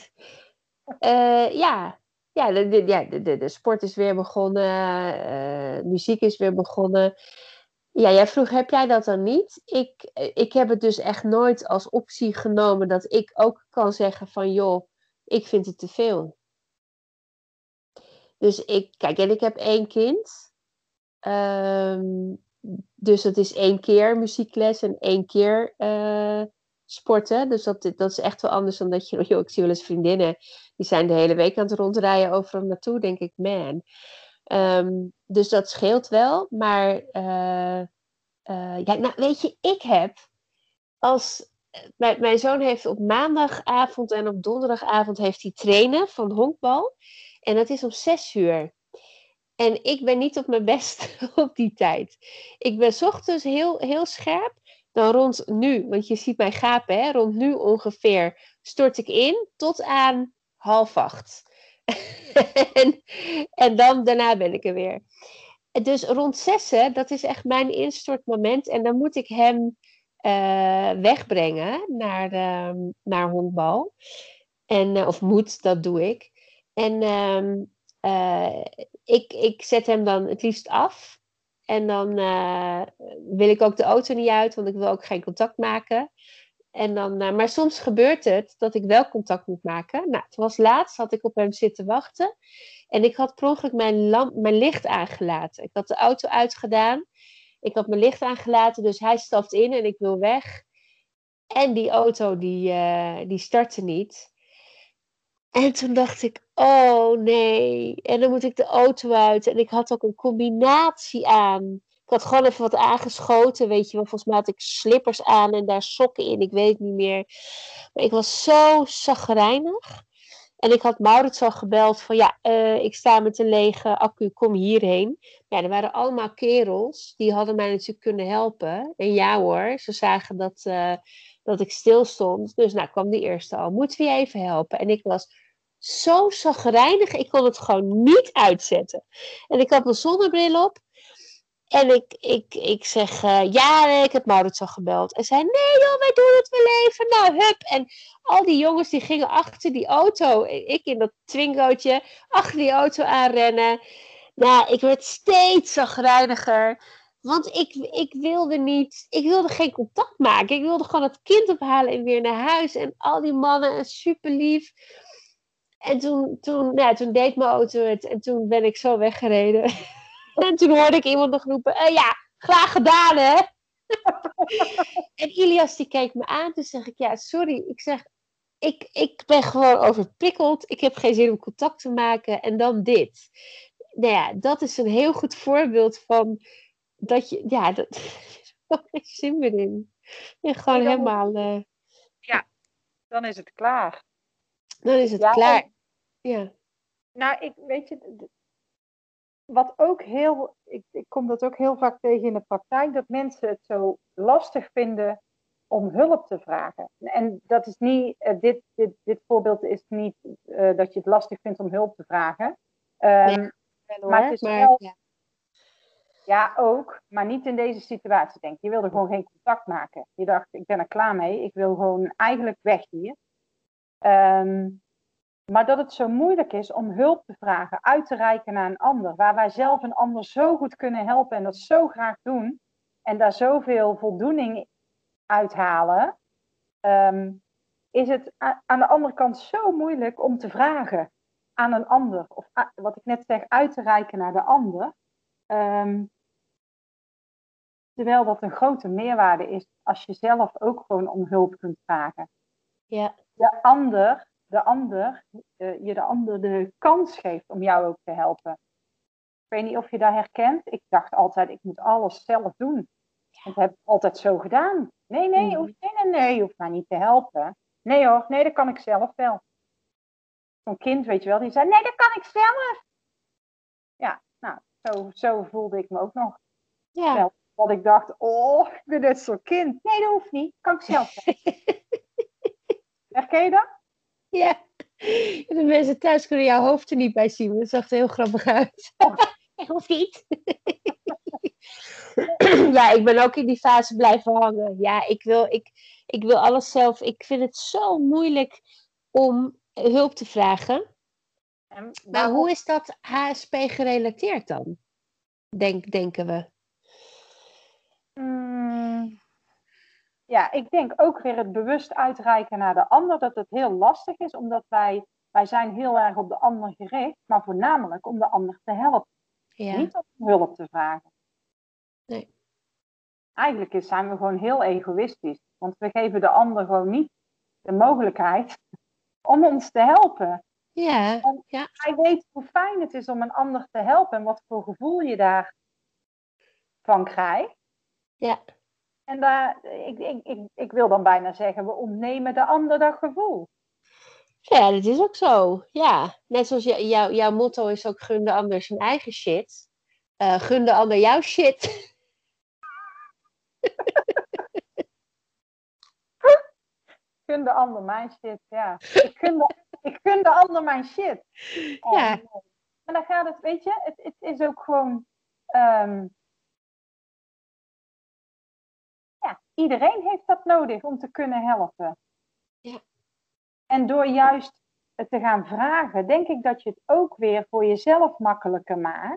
Ja. Ja, de sport is weer begonnen. Muziek is weer begonnen. Ja, jij vroeg, heb jij dat dan niet? Ik heb het dus echt nooit als optie genomen dat ik ook kan zeggen van, joh, ik vind het te veel. Dus kijk, en ik heb 1 kind. Ehm, dus dat is 1 keer muziekles en 1 keer sporten. Dus dat is echt wel anders dan dat je... Joh, ik zie wel eens vriendinnen, die zijn de hele week aan het rondrijden overal naartoe. Denk ik, man. Dus dat scheelt wel. Maar ja, nou, weet je, ik heb als... Mijn zoon heeft op maandagavond en op donderdagavond heeft hij trainen van honkbal. En dat is om 6 uur. En ik ben niet op mijn best op die tijd. Ik ben 's ochtends heel, heel scherp. Dan rond nu, want je ziet mij gapen, hè? Rond nu ongeveer stort ik in tot aan 7:30. en, en dan daarna ben ik er weer. Dus rond 6, dat is echt mijn instortmoment. En dan moet ik hem wegbrengen naar honkbal. Of moet, dat doe ik. En eh, ik zet hem dan het liefst af. En dan wil ik ook de auto niet uit, want ik wil ook geen contact maken. En dan, maar soms gebeurt het dat ik wel contact moet maken. Nou, het was laatst, had ik op hem zitten wachten. En ik had per ongeluk mijn licht aangelaten. Ik had de auto uitgedaan. Ik had mijn licht aangelaten, dus hij stapt in en ik wil weg. En die auto die startte niet. En toen dacht ik, oh nee. En dan moet ik de auto uit. En ik had ook een combinatie aan. Ik had gewoon even wat aangeschoten, weet je wel. Volgens mij had ik slippers aan en daar sokken in. Ik weet het niet meer. Maar ik was zo chagrijnig. En ik had Maurits al gebeld van, ja, ik sta met een lege accu, kom hierheen. Ja, er waren allemaal kerels. Die hadden mij natuurlijk kunnen helpen. En ja hoor, ze zagen dat ik stil stond. Dus nou kwam die eerste al. Moeten we je even helpen? En ik was zo chagrijnig. Ik kon het gewoon niet uitzetten. En ik had mijn zonnebril op. En ik zeg, ja, nee, ik heb Maurits al gebeld. En zei, nee joh, wij doen het wel even. Nou, hup. En al die jongens die gingen achter die auto. Ik in dat Twingootje achter die auto aanrennen. Nou, ik werd steeds chagrijniger. Want ik wilde niet, ik wilde geen contact maken. Ik wilde gewoon het kind ophalen en weer naar huis. En al die mannen, super lief. En toen deed mijn auto het. En toen ben ik zo weggereden. En toen hoorde ik iemand nog roepen, ja, graag gedaan hè. En Ilias die keek me aan. Toen zeg ik, ja, sorry. Ik zeg, ik ben gewoon overprikkeld. Ik heb geen zin om contact te maken. En dan dit. Nou ja, dat is een heel goed voorbeeld van dat je, ja, dat is er geen zin meer in. En gewoon Nee, dan helemaal, dan is het klaar. dan is het Ja, klaar. Ja. Nou, weet je, wat ook ik kom dat ook heel vaak tegen in de praktijk, dat mensen het zo lastig vinden om hulp te vragen. En dat is niet, dit voorbeeld is niet dat je het lastig vindt om hulp te vragen. Nee, maar het is wel, ja. ja ook, maar niet in deze situatie denk ik. Je wilde gewoon geen contact maken. Je dacht, ik ben er klaar mee, ik wil gewoon eigenlijk weg hier. Maar dat het zo moeilijk is om hulp te vragen, uit te reiken naar een ander, waar wij zelf een ander zo goed kunnen helpen en dat zo graag doen en daar zoveel voldoening uithalen, is het aan de andere kant zo moeilijk om te vragen aan een ander. Of wat ik net zeg, uit te reiken naar de ander. Terwijl dat een grote meerwaarde is als je zelf ook gewoon om hulp kunt vragen. Ja. Je de ander de kans geeft om jou ook te helpen. Ik weet niet of je dat herkent. Ik dacht altijd, ik moet alles zelf doen. Dat heb ik altijd zo gedaan. Nee, je hoeft mij niet te helpen. Nee hoor, nee, dat kan ik zelf wel. Zo'n kind, weet je wel, die zei, nee, dat kan ik zelf. Ja, nou, zo voelde ik me ook nog. Ja. Want ik dacht, oh, ik ben net zo'n kind. Nee, dat hoeft niet, kan ik zelf wel. Herken je dat? Ja. De mensen thuis kunnen jouw hoofd er niet bij zien, maar dat zag er heel grappig uit. Of niet? Ja, ik ben ook in die fase blijven hangen. Ja, ik wil alles zelf. Ik vind het zo moeilijk om hulp te vragen. En Maar waarom? hoe is dat HSP gerelateerd dan? Denken we. Ja, ik denk ook weer het bewust uitreiken naar de ander, dat het heel lastig is, omdat wij zijn heel erg op de ander gericht, maar voornamelijk om de ander te helpen. Ja. Niet om hulp te vragen. Nee. Eigenlijk zijn we gewoon heel egoïstisch, want we geven de ander gewoon niet de mogelijkheid om ons te helpen. Ja. En hij weet hoe fijn het is om een ander te helpen en wat voor gevoel je daarvan krijgt. Ja. En ik wil dan bijna zeggen, we ontnemen de ander dat gevoel. Ja, dat is ook zo. Ja, net zoals jouw motto is ook gun de ander zijn eigen shit. Gun de ander jouw shit. Gun de ander mijn shit, ja. Ik gun de ander mijn shit. Ja. Maar dan gaat het, weet je, het is ook gewoon... iedereen heeft dat nodig om te kunnen helpen. Ja. En door juist het te gaan vragen, denk ik dat je het ook weer voor jezelf makkelijker maakt.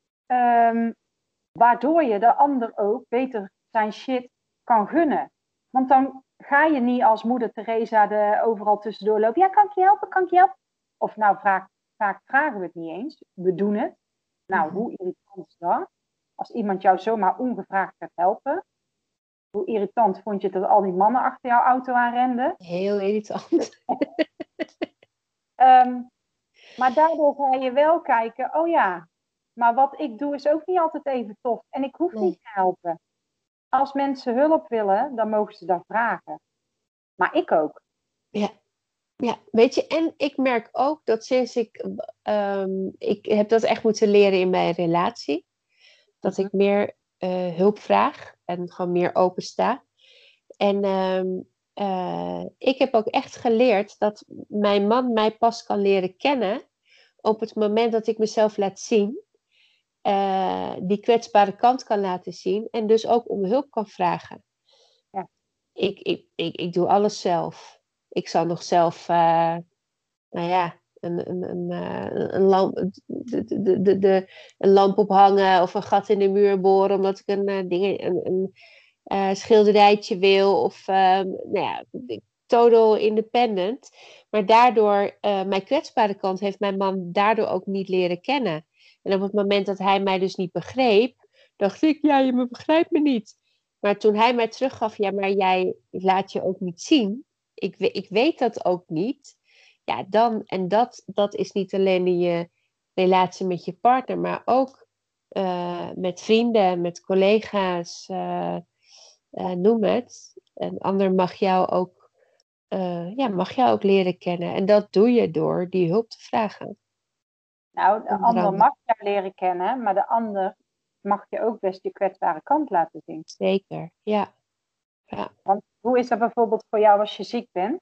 Waardoor je de ander ook beter zijn shit kan gunnen. Want dan ga je niet als moeder Teresa overal tussendoor lopen. Ja, kan ik je helpen? Kan ik je helpen? Of nou, vaak vragen we het niet eens. We doen het. Nou, hoe irritant is dat? Als iemand jou zomaar ongevraagd gaat helpen. Hoe irritant vond je dat al die mannen achter jouw auto aanrenden? Heel irritant. Maar daardoor ga je wel kijken, oh ja, maar wat ik doe is ook niet altijd even tof. En ik hoef niet te helpen. Als mensen hulp willen, dan mogen ze dat vragen. Maar ik ook. Ja, weet je, en ik merk ook dat sinds ik heb dat echt moeten leren in mijn relatie. Dat ik meer hulp vraag en gewoon meer open sta. En ik heb ook echt geleerd dat mijn man mij pas kan leren kennen op het moment dat ik mezelf laat zien. Die kwetsbare kant kan laten zien en dus ook om hulp kan vragen. Ja. Ik doe alles zelf. Ik zou nog zelf, een lamp, een lamp ophangen of een gat in de muur boren omdat ik een schilderijtje wil. Of total independent. Maar daardoor, mijn kwetsbare kant heeft mijn man daardoor ook niet leren kennen. En op het moment dat hij mij dus niet begreep, dacht ik, ja, je begrijpt me niet. Maar toen hij mij teruggaf, ja, maar jij laat je ook niet zien. Ik weet dat ook niet. Ja, dan, en dat is niet alleen in je relatie met je partner, maar ook met vrienden, met collega's, noem het. Een ander mag jou ook leren kennen. En dat doe je door die hulp te vragen. Nou, de ander mag jou leren kennen, maar de ander mag je ook best je kwetsbare kant laten zien. Zeker, ja. Want hoe is dat bijvoorbeeld voor jou als je ziek bent?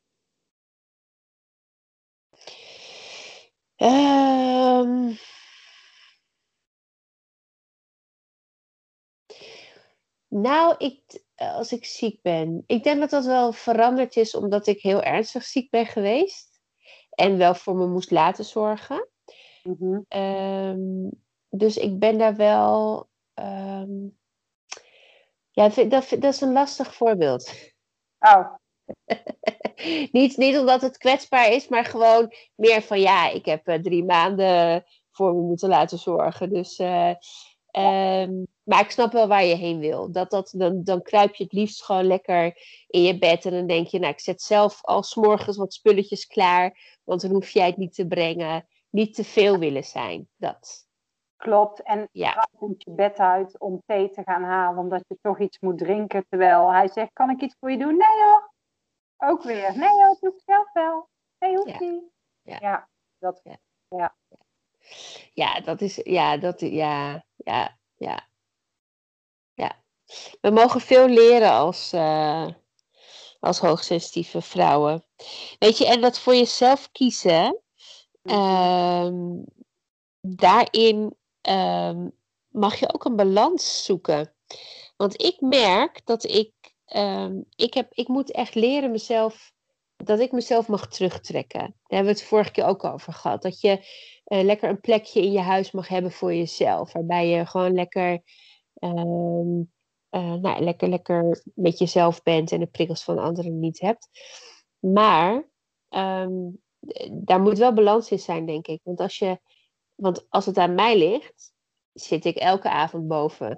Nou, als ik ziek ben. Ik denk dat dat wel veranderd is omdat ik heel ernstig ziek ben geweest. En wel voor me moest laten zorgen. Dus ik ben daar wel... ja, dat is een lastig voorbeeld. Oh. Niet omdat het kwetsbaar is, maar gewoon meer van ja, ik heb 3 maanden voor me moeten laten zorgen. Dus, maar ik snap wel waar je heen wil. Dan kruip je het liefst gewoon lekker in je bed en dan denk je, nou, ik zet zelf al 's morgens wat spulletjes klaar, want dan hoef jij het niet te brengen. Niet te veel willen zijn, dat. Klopt, en komt je bed uit om thee te gaan halen, omdat je toch iets moet drinken, terwijl hij zegt, kan ik iets voor je doen? Nee hoor. Ook weer. Nee hoor, doe ik zelf wel. Nee, hoeft niet. Ja, dat. Ja. Ja, dat is, ja. We mogen veel leren als hoogsensitieve vrouwen. Weet je, en dat voor jezelf kiezen, daarin mag je ook een balans zoeken. Want ik merk dat ik moet echt leren dat ik mezelf mag terugtrekken. Daar hebben we het vorige keer ook over gehad. Dat je lekker een plekje in je huis mag hebben voor jezelf. Waarbij je gewoon lekker, lekker met jezelf bent en de prikkels van anderen niet hebt. Maar ehm, daar moet wel balans in zijn, denk ik. Want als het aan mij ligt, zit ik elke avond boven.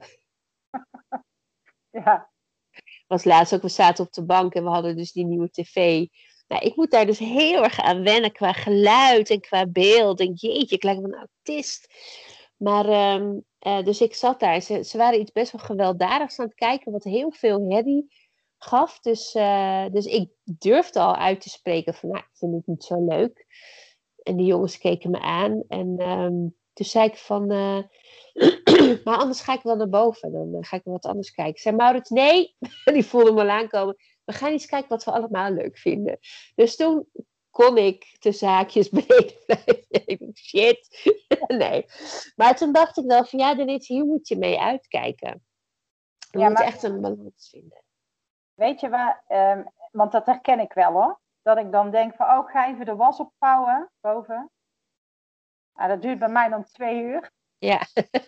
Ja, Was laatst ook, we zaten op de bank en we hadden dus die nieuwe tv. Nou, ik moet daar dus heel erg aan wennen qua geluid en qua beeld. En jeetje, ik lijk wel een autist. Maar, dus ik zat daar. Ze waren iets best wel gewelddadigs aan het kijken, wat heel veel herrie gaf. Dus ik durfde al uit te spreken van, nou, ik vind het niet zo leuk. En die jongens keken me aan. En toen zei ik van, maar anders ga ik wel naar boven. Dan ga ik wel wat anders kijken. Zei Maurits, nee. Die voelde me al aankomen. We gaan eens kijken wat we allemaal leuk vinden. Dus toen kon ik tussen haakjes beneden blijven. Shit. Nee. Maar toen dacht ik wel van, ja Denise, hier moet je mee uitkijken. Je moet echt een balans vinden. weet je waar, want dat herken ik wel hoor. Dat ik dan denk van, oh, ik ga even de was opvouwen boven. Nou, dat duurt bij mij dan 2 uur. Ja.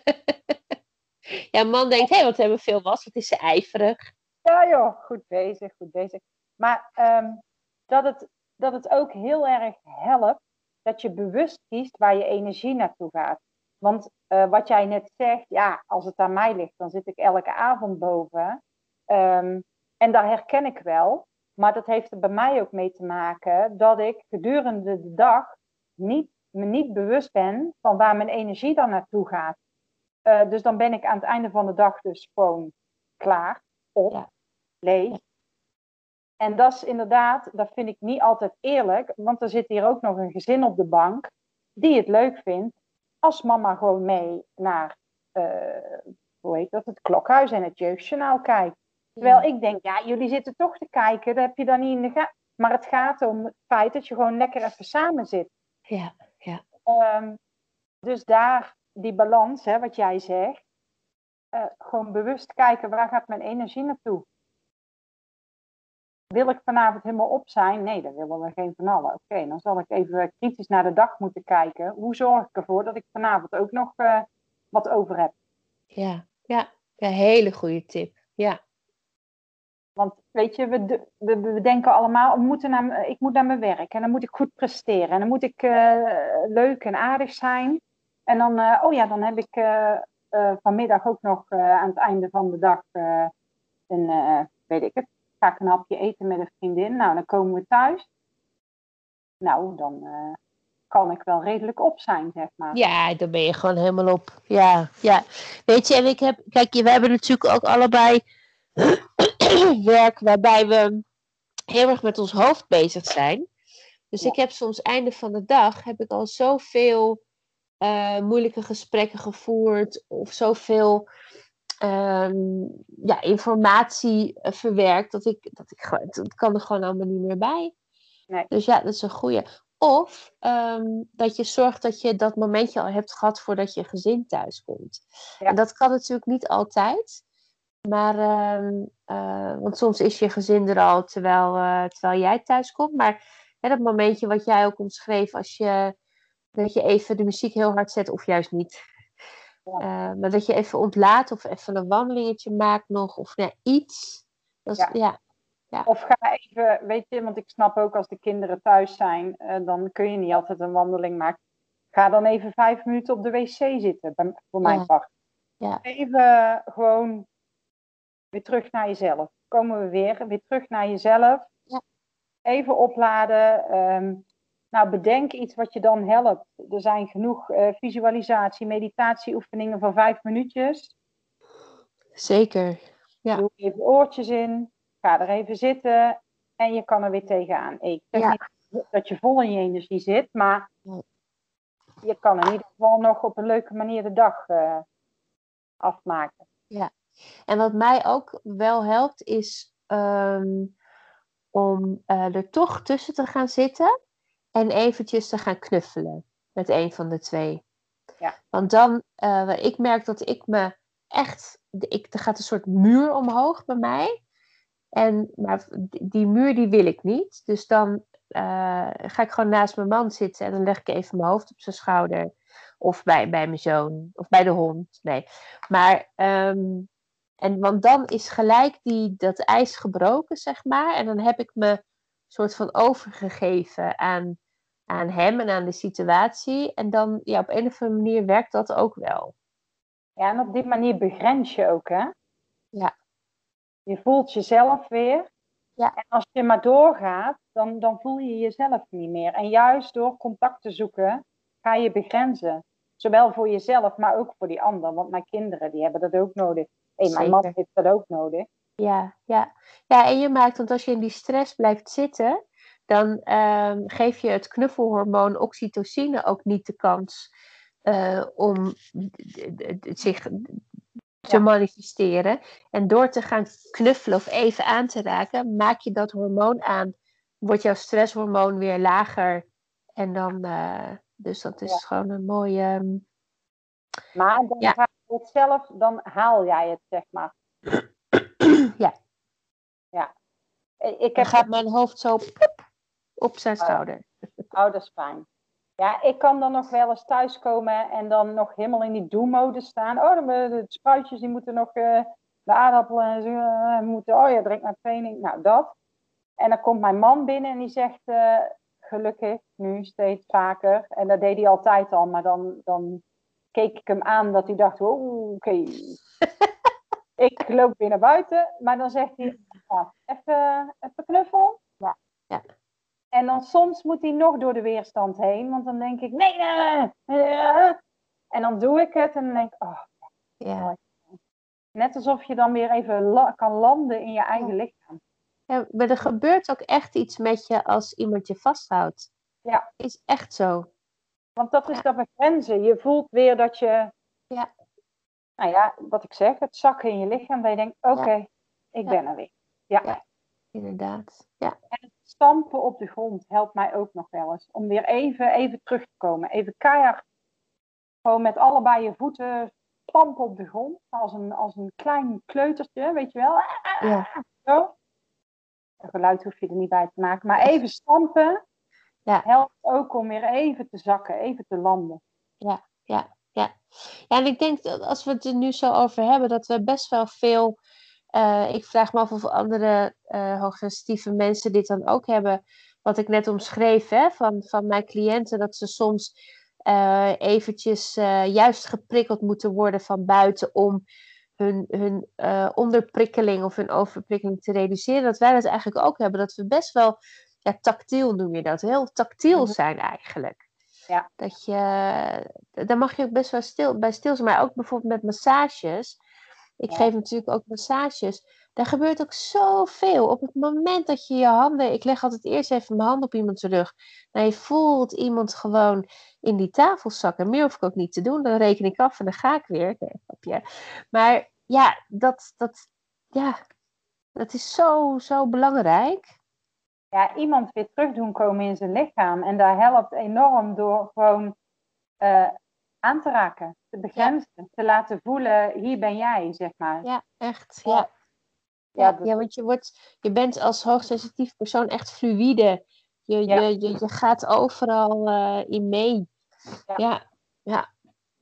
Ja, man denkt, hé, wat hebben we veel was. Wat is ze ijverig. Ja joh, goed bezig, goed bezig. Maar dat het ook heel erg helpt dat je bewust kiest waar je energie naartoe gaat. Want wat jij net zegt, ja, als het aan mij ligt, dan zit ik elke avond boven. En dat herken ik wel. Maar dat heeft er bij mij ook mee te maken dat ik gedurende de dag me niet bewust ben van waar mijn energie dan naartoe gaat. Dus dan ben ik aan het einde van de dag dus gewoon klaar, op, Ja. leeg. En dat is inderdaad, dat vind ik niet altijd eerlijk, want er zit hier ook nog een gezin op de bank die het leuk vindt als mama gewoon mee naar, hoe heet dat, het Klokhuis en het Jeugdjournaal kijkt. Terwijl ik denk, ja, jullie zitten toch te kijken, dat heb je dan niet in de gaten. Maar het gaat om het feit dat je gewoon lekker even samen zit. Ja, ja. Dus daar die balans, hè, wat jij zegt, gewoon bewust kijken, waar gaat mijn energie naartoe? Wil ik vanavond helemaal op zijn? Nee, dat willen we geen van allen. Oké, dan zal ik even kritisch naar de dag moeten kijken. Hoe zorg ik ervoor dat ik vanavond ook nog wat over heb? Ja, hele goede tip. Ja. Want weet je, we denken allemaal, ik moet naar mijn werk en dan moet ik goed presteren. En dan moet ik leuk en aardig zijn. En dan, dan heb ik vanmiddag ook nog aan het einde van de dag weet ik het, ga ik een hapje eten met een vriendin. Nou, dan komen we thuis. Nou, dan kan ik wel redelijk op zijn, zeg maar. Ja, dan ben je gewoon helemaal op. Ja. Weet je, en we hebben natuurlijk ook allebei werk waarbij we heel erg met ons hoofd bezig zijn. Dus ik heb soms einde van de dag, heb ik al zoveel moeilijke gesprekken gevoerd. Of zoveel informatie verwerkt. Dat ik kan er gewoon allemaal niet meer bij. Nee. Dus ja, dat is een goeie. Of dat je zorgt dat je dat momentje al hebt gehad voordat je gezin thuis komt. Ja. En dat kan natuurlijk niet altijd. Maar, want soms is je gezin er al terwijl jij thuis komt. Maar dat momentje wat jij ook omschreef, dat je even de muziek heel hard zet of juist niet. Ja. Maar dat je even ontlaat of even een wandelingetje maakt nog. Of iets. Dat is, ja. Of ga even, weet je, want ik snap ook als de kinderen thuis zijn, dan kun je niet altijd een wandeling maken. Ga dan even 5 minuten op de wc zitten, voor mijn part. Ja. Even gewoon weer terug naar jezelf. Komen we weer terug naar jezelf. Ja. Even opladen. Bedenk iets wat je dan helpt. Er zijn genoeg visualisatie, meditatieoefeningen van 5 minuutjes. Zeker, ja. Doe even oortjes in. Ga er even zitten en je kan er weer tegenaan. Ik zeg niet dat je vol in je energie zit, maar je kan in ieder geval nog op een leuke manier de dag afmaken. Ja, en wat mij ook wel helpt is om er toch tussen te gaan zitten en eventjes te gaan knuffelen met een van de twee. Ja. Want dan, ik merk dat ik me echt, er gaat een soort muur omhoog bij mij. Maar die muur die wil ik niet. Dus dan ga ik gewoon naast mijn man zitten en dan leg ik even mijn hoofd op zijn schouder. Of bij mijn zoon. Of bij de hond. Nee. Maar, want dan is gelijk dat ijs gebroken, zeg maar. En dan heb ik me soort van overgegeven aan hem en aan de situatie. En dan, ja, op een of andere manier werkt dat ook wel. Ja, en op die manier begrens je ook, hè? Ja. Je voelt jezelf weer. Ja. En als je maar doorgaat, dan voel je jezelf niet meer. En juist door contact te zoeken, ga je begrenzen. Zowel voor jezelf, maar ook voor die ander. Want mijn kinderen, die hebben dat ook nodig. Mijn man Zeker. heeft dat ook nodig. Ja, ja. Ja, en je maakt, want als je in die stress blijft zitten, dan geef je het knuffelhormoon oxytocine ook niet de kans om zich te manifesteren. En door te gaan knuffelen of even aan te raken, maak je dat hormoon aan, wordt jouw stresshormoon weer lager. En dan, dus dat is gewoon een mooie... Maar dan ga je het zelf, dan haal jij het, zeg maar. Ja. Ja. Dan gaat mijn hoofd zo op zijn schouder. Oh, dat is fijn. Ja, ik kan dan nog wel eens thuiskomen en dan nog helemaal in die do-mode staan. Oh, de spruitjes die moeten nog, de aardappelen en zo, moeten, oh ja, drink naar training. Nou, dat. En dan komt mijn man binnen en die zegt, gelukkig, nu steeds vaker. En dat deed hij altijd al, maar dan keek ik hem aan dat hij dacht, oh, oké. Ik loop weer naar buiten, maar dan zegt hij, even knuffel. Ja, ja. En dan soms moet hij nog door de weerstand heen, want dan denk ik, nee. En dan doe ik het en dan denk ik, ja. Net alsof je dan weer even kan landen in je eigen lichaam. Ja, maar er gebeurt ook echt iets met je als iemand je vasthoudt. Ja. Is echt zo. Want dat is dat begrenzen. Je voelt weer dat je, nou ja, wat ik zeg, het zakken in je lichaam. Dat je denkt, oké, ik ben er weer. Ja, inderdaad. Ja. En het stampen op de grond helpt mij ook nog wel eens. Om weer even terug te komen. Even keihard. Gewoon met allebei je voeten stampen op de grond. Als een klein kleutertje, weet je wel. Ja. Zo. Een geluid hoef je er niet bij te maken. Maar even stampen helpt ook om weer even te zakken. Even te landen. Ja. Ja, en ik denk dat als we het er nu zo over hebben, dat we best wel veel... ik vraag me af of andere hoogsensitieve mensen dit dan ook hebben. Wat ik net omschreef, hè, van mijn cliënten, dat ze soms eventjes juist geprikkeld moeten worden van buiten om hun onderprikkeling of hun overprikkeling te reduceren. Dat wij dat eigenlijk ook hebben. Dat we best wel, tactiel noem je dat, heel tactiel zijn eigenlijk. Ja. Dat je, daar mag je ook best wel bij stil zijn. Maar ook bijvoorbeeld met massages. Ik geef natuurlijk ook massages. Daar gebeurt ook zoveel. Op het moment dat je handen... Ik leg altijd eerst even mijn hand op iemands rug. Nou, je voelt iemand gewoon in die tafel zakken. Meer hoef ik ook niet te doen. Dan reken ik af en dan ga ik weer. Nee, maar ja, dat is zo belangrijk. Ja, iemand weer terug doen komen in zijn lichaam. En dat helpt enorm door gewoon aan te raken, te begrenzen, te laten voelen, hier ben jij, zeg maar. Ja, echt, ja, want je bent als hoogsensitief persoon echt fluïde. Je gaat overal in mee. Ja.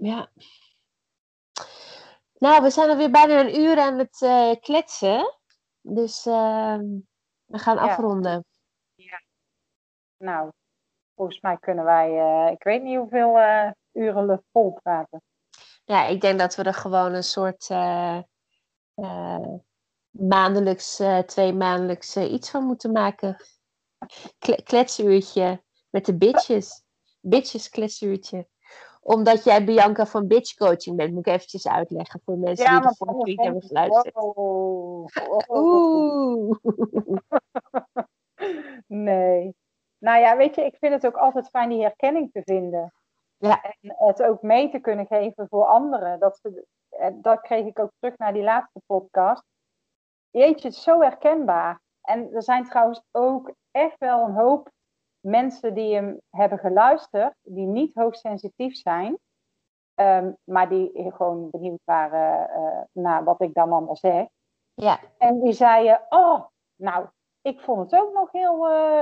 Nou, we zijn alweer bijna een uur aan het kletsen. Dus we gaan afronden. Ja. Nou, volgens mij kunnen wij, ik weet niet hoeveel uren vol praten. Ja, ik denk dat we er gewoon een soort maandelijks, 2 maandelijks iets van moeten maken. Kletsuurtje met de bitches. Bitches kletsuurtje. Omdat jij Bianca van Bitch Coaching bent, moet ik eventjes uitleggen voor mensen die de vorige week hebben geluisterd. Oeh. Nee. Nou ja, weet je, ik vind het ook altijd fijn die herkenning te vinden. Ja. En het ook mee te kunnen geven voor anderen. Dat kreeg ik ook terug naar die laatste podcast. Jeetje, het is zo herkenbaar. En er zijn trouwens ook echt wel een hoop mensen die hem hebben geluisterd, die niet hoogsensitief zijn. Maar die gewoon benieuwd waren naar wat ik dan allemaal zeg. Ja. En die zeiden, nou, ik vond het ook nog heel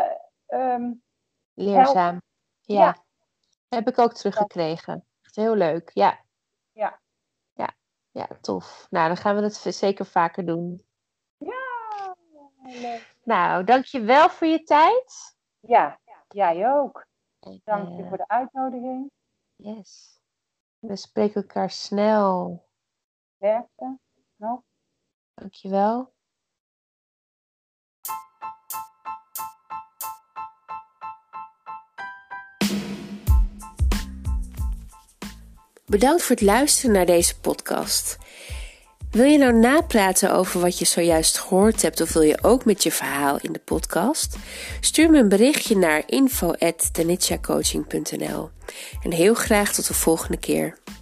Leerzaam. Ja. Heb ik ook teruggekregen. Echt heel leuk. Ja. Ja. Ja, tof. Nou, dan gaan we het zeker vaker doen. Ja, leuk. Nou, dankjewel voor je tijd. Ja, jij ook. Dank je voor de uitnodiging. Yes. We spreken elkaar snel. Werken nog. Dankjewel. Bedankt voor het luisteren naar deze podcast. Wil je nou napraten over wat je zojuist gehoord hebt of wil je ook met je verhaal in de podcast? Stuur me een berichtje naar info@denitjacoaching.nl en heel graag tot de volgende keer.